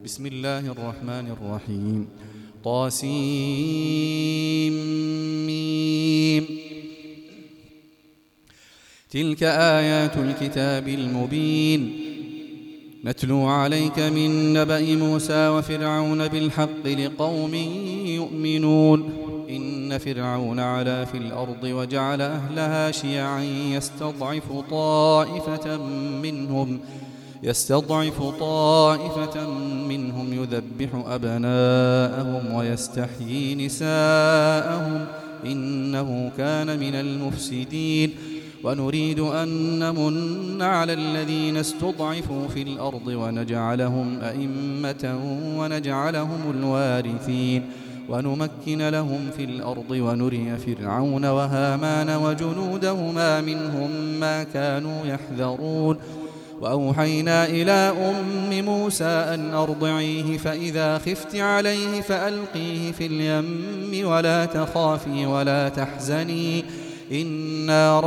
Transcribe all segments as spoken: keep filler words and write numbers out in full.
بسم الله الرحمن الرحيم. طاسيم. تلك آيات الكتاب المبين نتلو عليك من نبأ موسى وفرعون بالحق لقوم يؤمنون. إن فرعون علا في الأرض وجعل أهلها شيعا يستضعف طائفة منهم يستضعف طائفة منهم يذبح أبناءهم ويستحيي نساءهم إنه كان من المفسدين. ونريد أن نمن على الذين استضعفوا في الأرض ونجعلهم أئمة ونجعلهم الوارثين ونمكن لهم في الأرض ونري فرعون وهامان وجنودهما منهم ما كانوا يحذرون. وأوحينا إلى أم موسى أن أرضعيه فإذا خفت عليه فألقيه في اليم ولا تخافي ولا تحزني إنا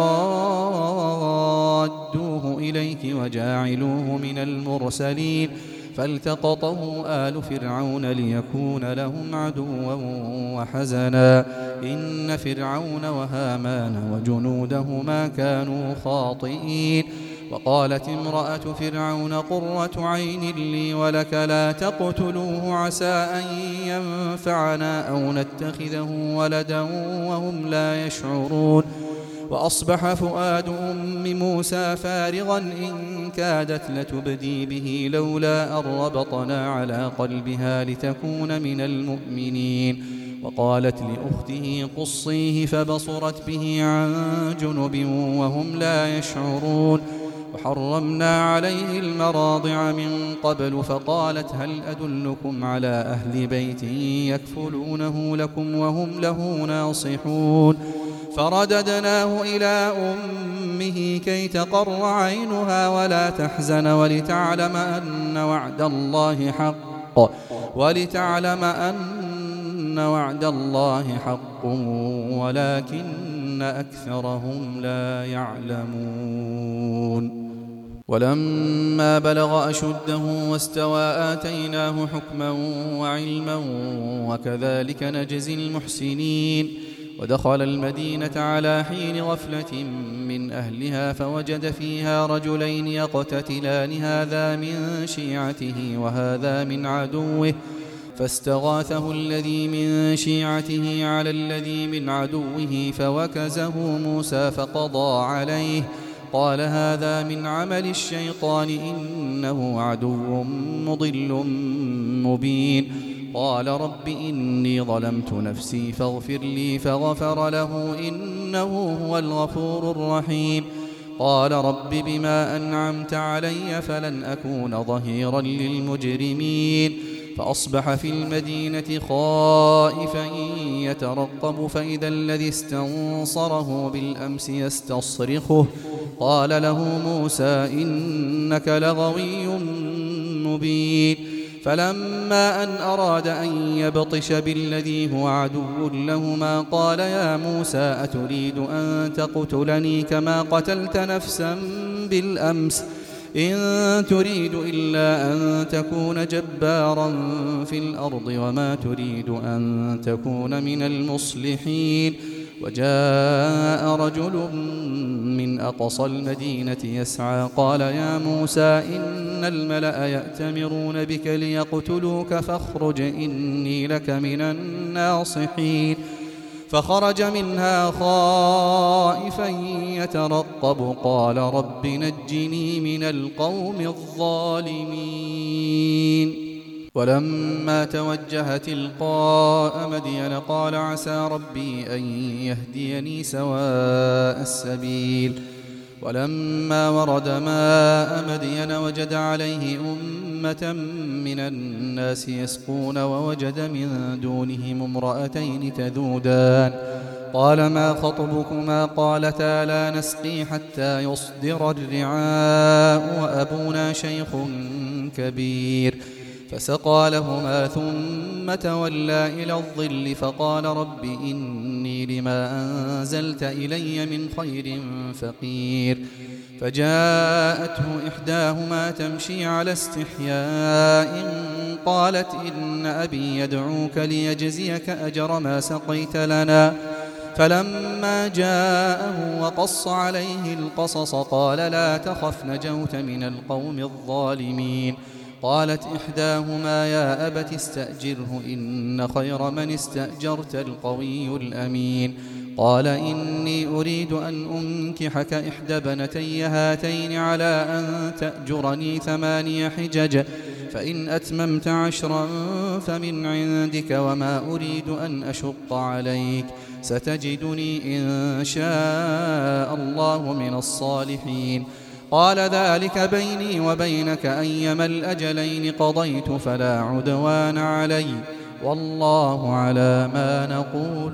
رادوه إليك وجاعلوه من المرسلين. فالتقطه آل فرعون ليكون لهم عدوا وحزنا إن فرعون وهامان وجنودهما كانوا خاطئين. وقالت امرأة فرعون قرة عين لي ولك لا تقتلوه عسى أن ينفعنا أو نتخذه ولدا وهم لا يشعرون. وأصبح فؤاد أم موسى فارغا إن كادت لتبدي به لولا أن ربطنا على قلبها لتكون من المؤمنين. وقالت لأخته قصيه فبصرت به عن جنب وهم لا يشعرون. وحرمنا عليه المراضع من قبل فقالت هل أدلكم على أهل بيت يكفلونه لكم وهم له ناصحون. فرددناه إلى أمه كي تقر عينها ولا تحزن ولتعلم أن وعد الله حق ولتعلم أن وعد الله حق ولكن أكثرهم لا يعلمون. ولما بلغ أشده واستوى آتيناه حكما وعلما وكذلك نجزي المحسنين. ودخل المدينة على حين غفلة من أهلها فوجد فيها رجلين يقتتلان هذا من شيعته وهذا من عدوه فاستغاثه الذي من شيعته على الذي من عدوه فوكزه موسى فقضى عليه قال هذا من عمل الشيطان إنه عدو مضل مبين. قال رب إني ظلمت نفسي فاغفر لي فغفر له إنه هو الغفور الرحيم. قال رب بما أنعمت علي فلن أكون ظهيرا للمجرمين. فأصبح في المدينة خائفا يترقب فإذا الذي استنصره بالأمس يستصرخه قال له موسى إنك لغوي مبين. فلما أن أراد أن يبطش بالذي هو عدو لهما قال يا موسى أتريد أن تقتلني كما قتلت نفسا بالأمس إن تريد إلا أن تكون جبارا في الأرض وما تريد أن تكون من المصلحين. وجاء رجل من أقصى المدينة يسعى قال يا موسى إن الملأ يأتمرون بك ليقتلوك فاخرج إني لك من الناصحين. فخرج منها خائفا يترقب قال رب نجني من القوم الظالمين. ولما توجه تلقاء مدين قال عسى ربي أن يهديني سواء السبيل. ولما ورد ماء مدين وجد عليه أمة من الناس يسقون ووجد من دونهم امرأتين تذودان قال ما خطبكما قالتا لا نسقي حتى يصدر الرعاء وأبونا شيخ كبير. فسقى لهما ثم تولى إلى الظل فقال رب إني لما أنزلت إلي من خير فقير. فجاءته إحداهما تمشي على استحياء قالت إن أبي يدعوك ليجزيك أجر ما سقيت لنا. فلما جاءه وقص عليه القصص قال لا تخف نجوت من القوم الظالمين. قالت إحداهما يا أبت استأجره إن خير من استأجرت القوي الأمين. قال إني أريد أن أنكحك إحدى بنتي هاتين على أن تأجرني ثماني حجج فإن أتممت عشرا فمن عندك وما أريد أن أشق عليك ستجدني إن شاء الله من الصالحين. قال ذلك بيني وبينك أيما الأجلين قضيت فلا عدوان علي والله على ما نقول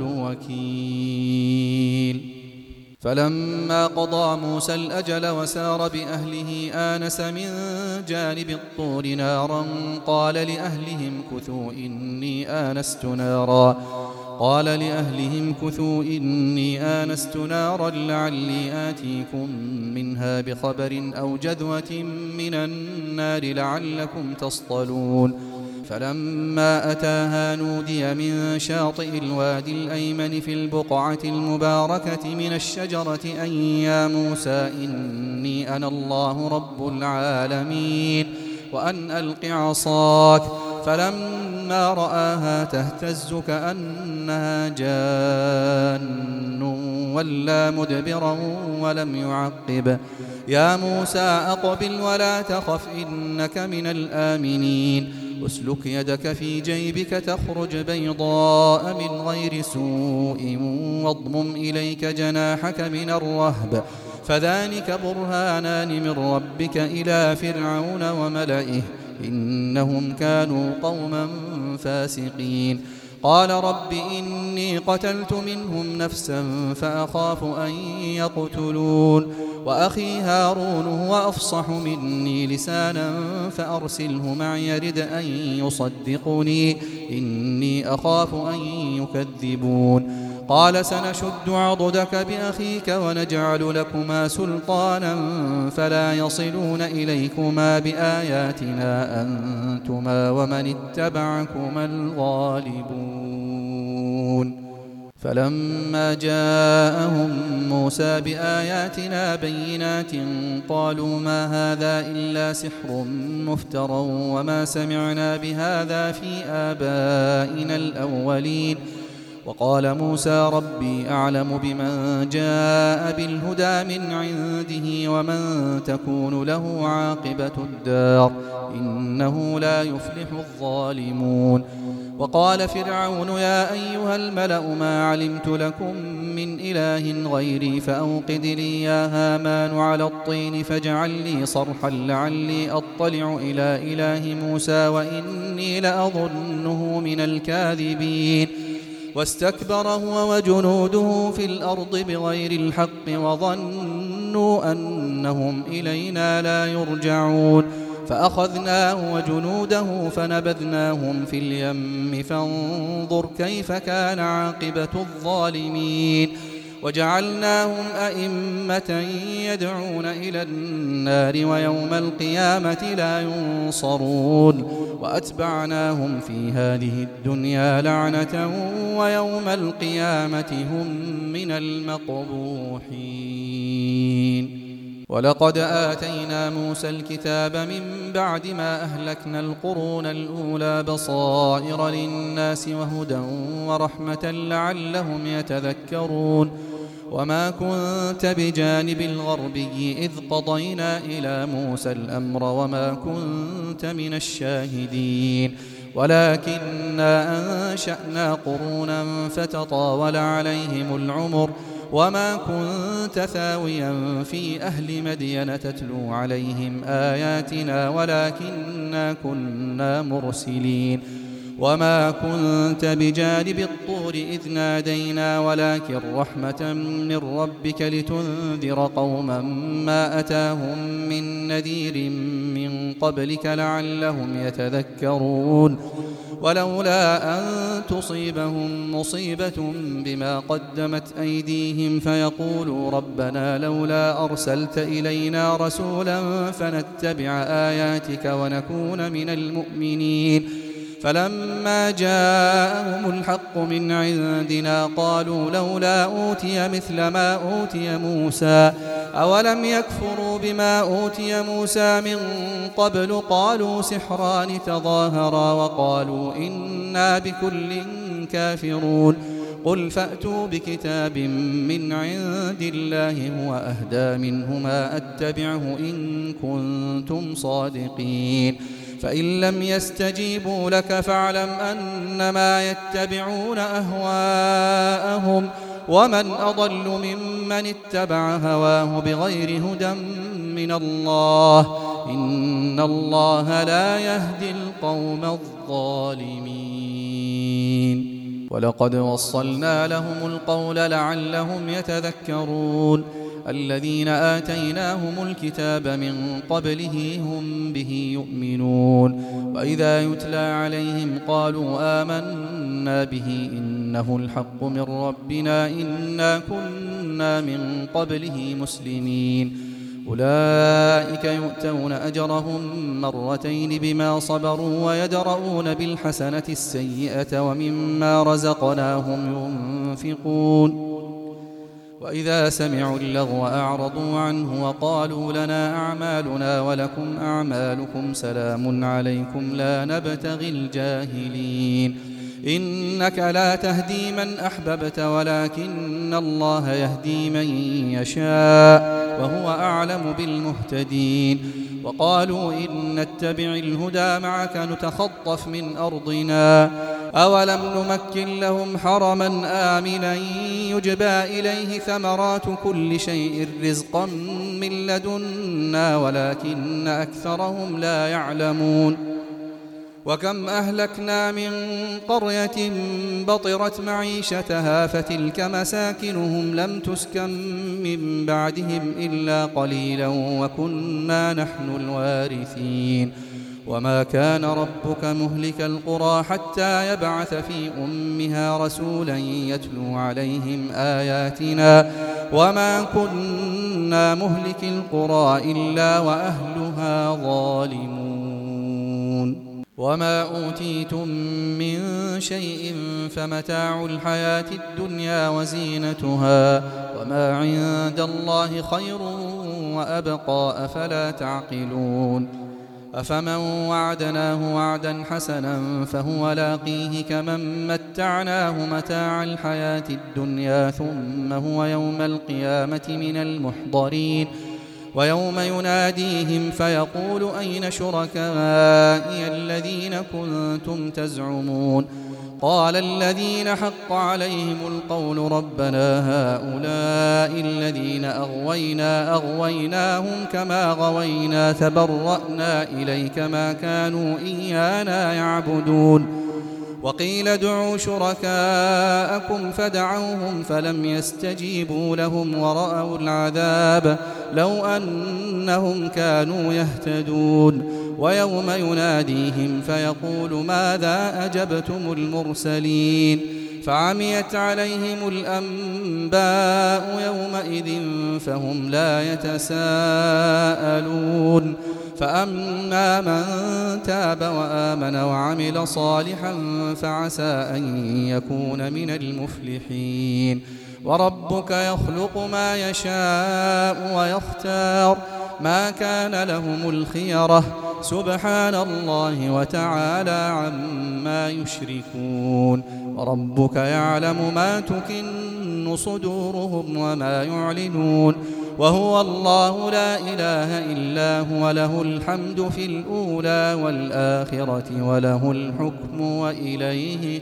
وكيل. فلما قضى موسى الأجل وسار بأهله آنس من جانب الطور نارا قال لأهلهم كثوا إني آنست نارا قال لأهلهم كثوا إني آنست نارا لعلي آتيكم منها بخبر أو جذوة من النار لعلكم تصطلون. فلما أتاها نودي من شاطئ الوادي الأيمن في البقعة المباركة من الشجرة أن يا موسى إني أنا الله رب العالمين وأن ألق عصاك. فلما رآها تهتز كأنها جان ولا مدبرا ولم يعقب. يا موسى أقبل ولا تخف إنك من الآمنين. اسلك يدك في جيبك تخرج بيضاء من غير سوء واضمم إليك جناحك من الرهب فذلك برهانان من ربك إلى فرعون وملئه إنهم كانوا قوما فاسقين. قال رب إني قتلت منهم نفسا فأخاف أن يقتلون وأخي هارون هو أفصح مني لسانا فأرسله معي يرد أن يصدقني إني أخاف أن يكذبون. قال سنشد عضدك بأخيك ونجعل لكما سلطانا فلا يصلون إليكما بآياتنا أنتما ومن اتبعكما الغالبون. فلما جاءهم موسى بآياتنا بينات قالوا ما هذا إلا سحر مفترى وما سمعنا بهذا في آبائنا الأولين. وقال موسى ربي أعلم بمن جاء بالهدى من عنده ومن تكون له عاقبة الدار إنه لا يفلح الظالمون. وقال فرعون يا أيها الملأ ما علمت لكم من إله غيري فأوقد لي يا هامان على الطين فاجعل لي صرحا لعلي أطلع إلى إله موسى وإني لأظنه من الكاذبين. واستكبر هو وجنوده في الأرض بغير الحق وظنوا أنهم إلينا لا يرجعون. فأخذناه وجنوده فنبذناهم في اليم فانظر كيف كان عاقبة الظالمين. وجعلناهم أئمة يدعون إلى النار ويوم القيامة لا ينصرون. وأتبعناهم في هذه الدنيا لعنة ويوم القيامة هم من المقبوحين. ولقد آتينا موسى الكتاب من بعد ما أهلكنا القرون الأولى بصائر للناس وهدى ورحمة لعلهم يتذكرون. وما كنت بجانب الغربي إذ قضينا إلى موسى الأمر وما كنت من الشاهدين ولكننا أنشأنا قرونا فتطاول عليهم العمر وما كنت ثاويا في أهل مدين تتلو عليهم آياتنا ولكننا كنا مرسلين. وما كنت بجانب الطور إذ نادينا ولكن رحمة من ربك لتنذر قوما ما أتاهم من نذير من قبلك لعلهم يتذكرون ولولا أن تصيبهم مصيبة بما قدمت أيديهم فيقولوا ربنا لولا أرسلت إلينا رسولا فنتبع آياتك ونكون من المؤمنين فلما جاءهم الحق من عندنا قالوا لولا أوتي مثل ما أوتي موسى أولم يكفروا بما أوتي موسى من قبل قالوا سحران تظاهرا وقالوا إنا بكل كافرون قل فأتوا بكتاب من عند الله هو أهدى منهما أتبعه إن كنتم صادقين فإن لم يستجيبوا لك فاعلم أنما يتبعون أهواءهم ومن أضل ممن اتبع هواه بغير هدى من الله إن الله لا يهدي القوم الظالمين ولقد وصلنا لهم القول لعلهم يتذكرون الذين آتيناهم الكتاب من قبله هم به يؤمنون وإذا يتلى عليهم قالوا آمنا به إنه الحق من ربنا إنا كنا من قبله مسلمين أولئك يؤتون أجرهم مرتين بما صبروا ويدرؤون بالحسنة السيئة ومما رزقناهم ينفقون وإذا سمعوا اللغو أعرضوا عنه وقالوا لنا أعمالنا ولكم أعمالكم سلام عليكم لا نبتغي الجاهلين إنك لا تهدي من أحببت ولكن الله يهدي من يشاء وهو أعلم بالمهتدين وقالوا إن نتبع الهدى معك نتخطف من أرضنا أولم نمكن لهم حرما آمنا يجبى إليه ثمرات كل شيء رزقا من لدنا ولكن أكثرهم لا يعلمون وكم أهلكنا من قرية بطرت معيشتها فتلك مساكنهم لم تسكن من بعدهم إلا قليلا وكنا نحن الوارثين وما كان ربك مهلك القرى حتى يبعث في أمها رسولا يتلو عليهم آياتنا وما كنا مهلك القرى إلا وأهلها ظالمون وما أوتيتم من شيء فمتاع الحياة الدنيا وزينتها وما عند الله خير وأبقى أفلا تعقلون أفمن وعدناه وعدا حسنا فهو لاقيه كمن متعناه متاع الحياة الدنيا ثم هو يوم القيامة من المحضرين ويوم يناديهم فيقول أين شركائي الذين كنتم تزعمون قال الذين حق عليهم القول ربنا هؤلاء الذين أغوينا أغويناهم كما غوينا تبرأنا إليك ما كانوا إيانا يعبدون وقيل ادعوا شركاءكم فدعوهم فلم يستجيبوا لهم ورأوا العذاب لو أنهم كانوا يهتدون ويوم يناديهم فيقول ماذا أجبتم المرسلين فعميت عليهم الأنباء يومئذ فهم لا يتساءلون فأما من تاب وآمن وعمل صالحا فعسى أن يكون من المفلحين وربك يخلق ما يشاء ويختار ما كان لهم الخيرة سبحان الله وتعالى عما يشركون وربك يعلم ما تكن صدورهم وما يعلنون وهو الله لا إله إلا هو له الحمد في الأولى والآخرة وله الحكم وإليه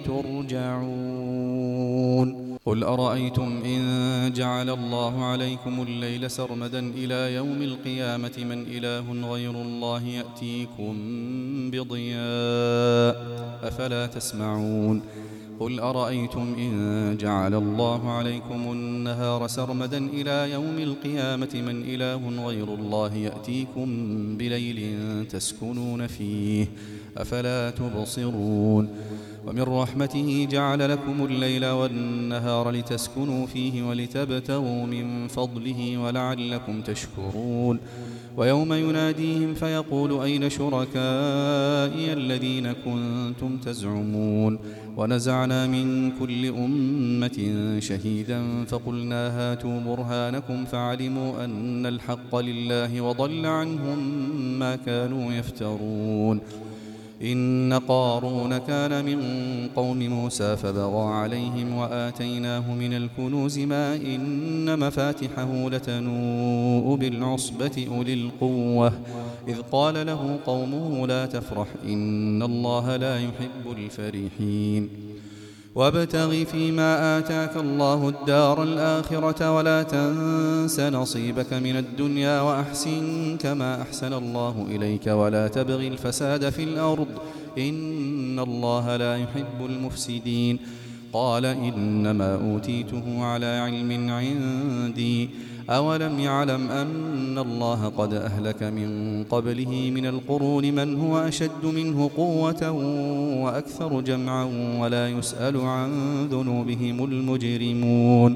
ترجعون قل أرأيتم إن جعل الله عليكم الليل سرمدا إلى يوم القيامة من إله غير الله يأتيكم بضياء أفلا تسمعون قل أرأيتم إن جعل الله عليكم النهار سرمدا إلى يوم القيامة من إله غير الله يأتيكم بليل تسكنون فيه أفلا تبصرون ومن رحمته جعل لكم الليل والنهار لتسكنوا فيه ولتبتغوا من فضله ولعلكم تشكرون ويوم يناديهم فيقول أين شركائي الذين كنتم تزعمون ونزعنا من كل أمة شهيدا فقلنا هاتوا برهانكم فعلموا أن الحق لله وضل عنهم ما كانوا يفترون إن قارون كان من قوم موسى فبغى عليهم وآتيناه من الكنوز ما إن مفاتحه لتنوء بالعصبة أولي القوة إذ قال له قومه لا تفرح إن الله لا يحب الفرحين وابتغ فيما آتاك الله الدار الآخرة ولا تنس نصيبك من الدنيا وأحسن كما أحسن الله إليك ولا تبغ الفساد في الأرض إن الله لا يحب المفسدين قال إنما أوتيته على علم عندي أولم يعلم أن الله قد أهلك من قبله من القرون من هو أشد منه قوة وأكثر جمعا ولا يسأل عن ذنوبهم المجرمون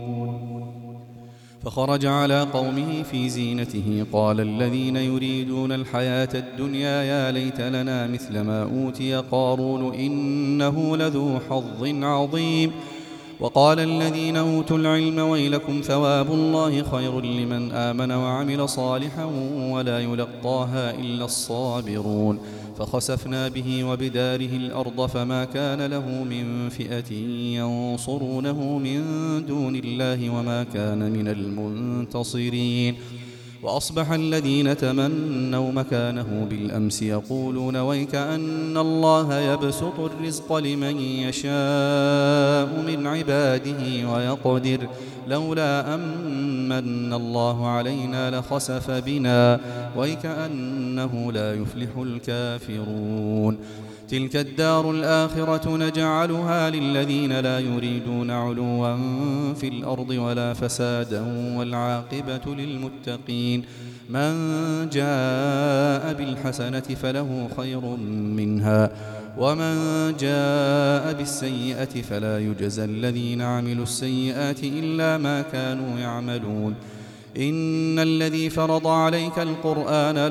فخرج على قومه في زينته قال الذين يريدون الحياة الدنيا يا ليت لنا مثل ما أوتي قارون إنه لذو حظ عظيم وقال الذين أوتوا العلم ويلكم ثواب الله خير لمن آمن وعمل صالحا ولا يلقاها إلا الصابرون فخسفنا به وبداره الأرض فما كان له من فئة ينصرونه من دون الله وما كان من المنتصرين وأصبح الذين تمنوا مكانه بالأمس يقولون ويك أن الله يبسط الرزق لمن يشاء من عباده ويقدر لولا أمن الله علينا لخسف بنا ويكأنه لا يفلح الكافرون تلك الدار الآخرة نجعلها للذين لا يريدون علوا في الأرض ولا فسادا والعاقبة للمتقين من جاء بالحسنة فله خير منها ومن جاء بالسيئة فلا يجزى الذين عملوا السيئات إلا ما كانوا يعملون إن الذي فرض عليك القرآن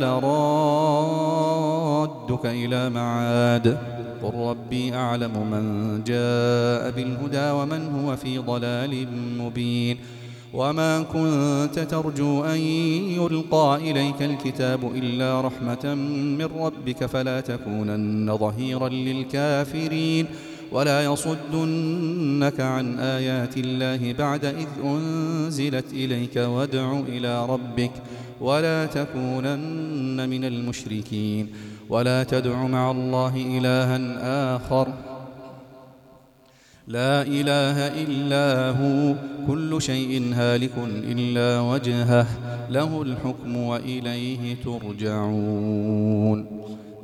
لرادك إلى معاد قل ربي أعلم من جاء بالهدى ومن هو في ضلال مبين وما كنت ترجو أن يلقى إليك الكتاب إلا رحمة من ربك فلا تكونن ظهيرا للكافرين ولا يصدنك عن آيات الله بعد إذ أنزلت إليك وادع إلى ربك ولا تكونن من المشركين ولا تدع مع الله إلها آخر لا إله إلا هو كل شيء هالك إلا وجهه له الحكم وإليه ترجعون